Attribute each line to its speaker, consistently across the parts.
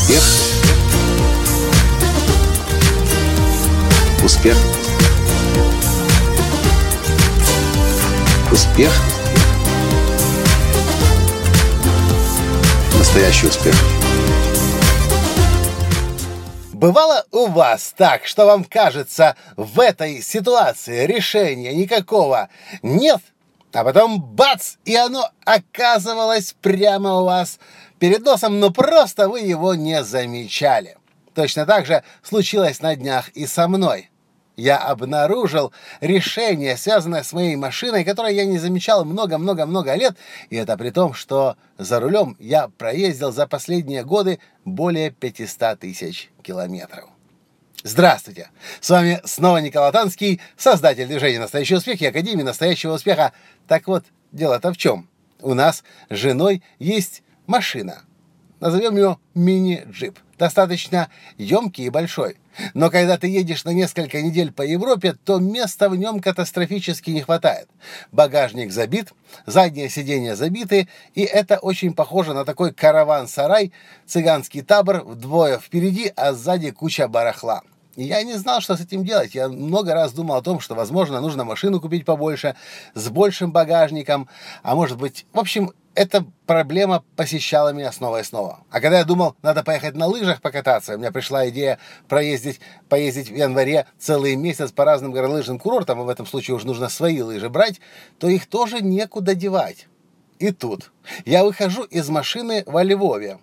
Speaker 1: Успех. Успех. Успех. Настоящий успех.
Speaker 2: Бывало у вас так, что вам кажется, в этой ситуации решения никакого нет, а потом бац, и оно оказывалось прямо у вас перед носом, но просто вы его не замечали. Точно так же случилось на днях и со мной. Я обнаружил решение, связанное с моей машиной, которое я не замечал много-много-много лет, и это при том, что за рулем я проездил за последние годы более 500 тысяч километров. Здравствуйте! С вами снова Николай Танский, создатель движения «Настоящий успех» и Академии настоящего успеха. Так вот, дело-то в чем? У нас с женой есть машина. Назовем ее мини-джип. Достаточно емкий и большой. Но когда ты едешь на несколько недель по Европе, то места в нем катастрофически не хватает. Багажник забит, задние сиденья забиты, и это очень похоже на такой караван-сарай, цыганский табор, вдвое впереди, а сзади куча барахла. И я не знал, что с этим делать. Я много раз думал о том, что, возможно, нужно машину купить побольше, с большим багажником, а может быть, в общем, эта проблема посещала меня снова и снова. А когда я думал, надо поехать на лыжах покататься, у меня пришла идея поездить в январе целый месяц по разным горнолыжным курортам, и в этом случае уже нужно свои лыжи брать, то их тоже некуда девать. И тут я выхожу из машины во Львове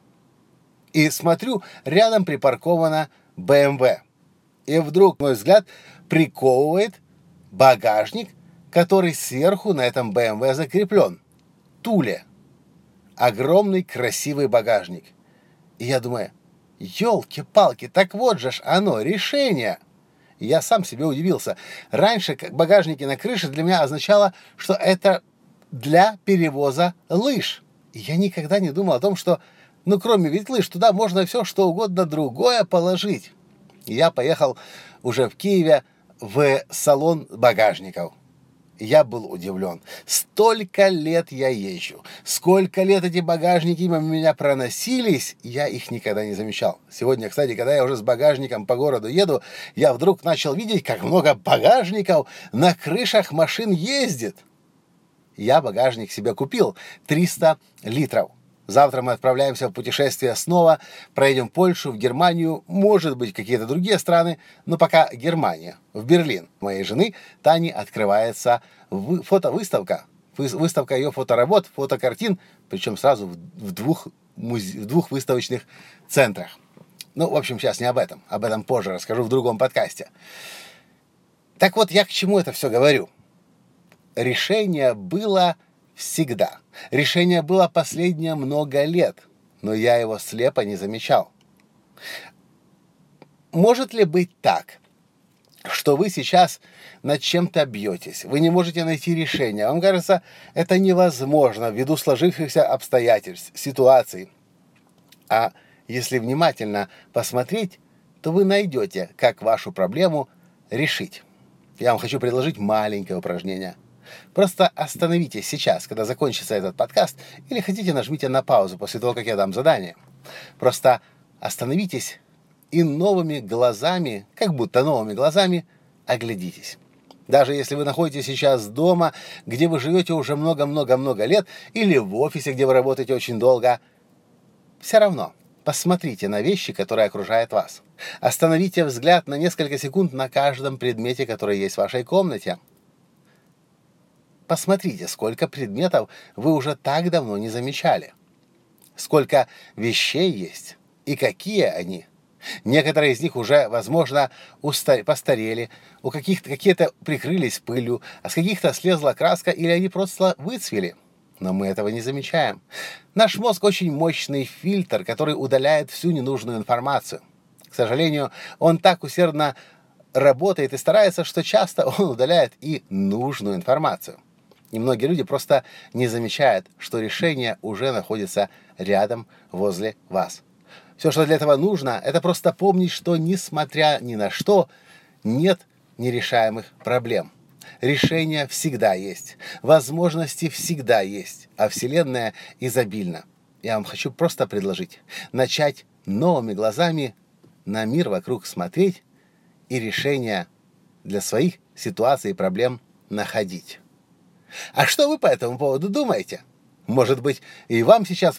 Speaker 2: и смотрю, рядом припаркована BMW. И вдруг мой взгляд приковывает багажник, который сверху на этом BMW закреплен. Туле. Огромный красивый багажник. И я думаю, елки-палки, так вот же ж оно, решение. И я сам себе удивился. Раньше как багажники на крыше для меня означало, что это для перевоза лыж. И я никогда не думал о том, что, кроме ведь лыж, туда можно все, что угодно другое положить. И я поехал уже в Киеве в салон багажников. Я был удивлен. Столько лет я езжу. Сколько лет эти багажники мимо меня проносились, я их никогда не замечал. Сегодня, кстати, когда я уже с багажником по городу еду, я вдруг начал видеть, как много багажников на крышах машин ездит. Я багажник себе купил. 300 литров. Завтра мы отправляемся в путешествие снова, проедем в Польшу, в Германию, может быть, какие-то другие страны, но пока Германия, в Берлин. У моей жены Тани открывается фотовыставка, выставка ее фоторабот, фотокартин, причем сразу в двух выставочных центрах. В общем, сейчас не об этом позже расскажу в другом подкасте. Так вот, я к чему это все говорю? Решение было всегда. Решение было последние много лет, но я его слепо не замечал. Может ли быть так, что вы сейчас над чем-то бьетесь, вы не можете найти решение, вам кажется, это невозможно ввиду сложившихся обстоятельств, ситуаций. А если внимательно посмотреть, то вы найдете, как вашу проблему решить. Я вам хочу предложить маленькое упражнение. Просто остановитесь сейчас, когда закончится этот подкаст, или хотите, нажмите на паузу после того, как я дам задание. Просто остановитесь и новыми глазами, как будто новыми глазами, оглядитесь. Даже если вы находитесь сейчас дома, где вы живете уже много-много-много лет, или в офисе, где вы работаете очень долго, все равно посмотрите на вещи, которые окружают вас. Остановите взгляд на несколько секунд на каждом предмете, который есть в вашей комнате. Посмотрите, сколько предметов вы уже так давно не замечали. Сколько вещей есть и какие они. Некоторые из них уже, возможно, постарели, у какие-то прикрылись пылью, а с каких-то слезла краска или они просто выцвели. Но мы этого не замечаем. Наш мозг очень мощный фильтр, который удаляет всю ненужную информацию. К сожалению, он так усердно работает и старается, что часто он удаляет и нужную информацию. И многие люди просто не замечают, что решение уже находится рядом, возле вас. Все, что для этого нужно, это просто помнить, что несмотря ни на что, нет нерешаемых проблем. Решения всегда есть, возможности всегда есть, а Вселенная изобильна. Я вам хочу просто предложить начать новыми глазами на мир вокруг смотреть и решения для своих ситуаций и проблем находить. А что вы по этому поводу думаете? Может быть, и вам сейчас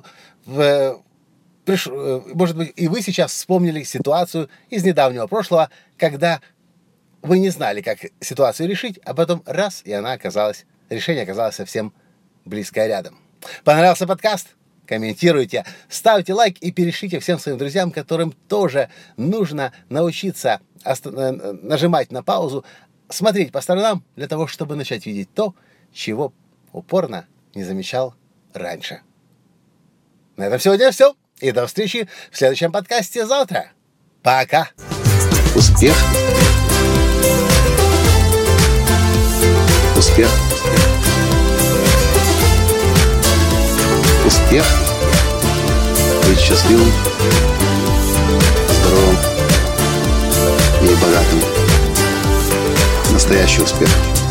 Speaker 2: может быть, и вы сейчас вспомнили ситуацию из недавнего прошлого, когда вы не знали, как ситуацию решить, а потом раз, и решение оказалось совсем близко рядом. Понравился подкаст? Комментируйте, ставьте лайк и перешлите всем своим друзьям, которым тоже нужно научиться нажимать на паузу, смотреть по сторонам для того, чтобы начать видеть то, чего упорно не замечал раньше. На этом сегодня все. И до встречи в следующем подкасте завтра. Пока.
Speaker 1: Успех. Успех. Успех. Быть счастливым, здоровым и богатым. Настоящий успех.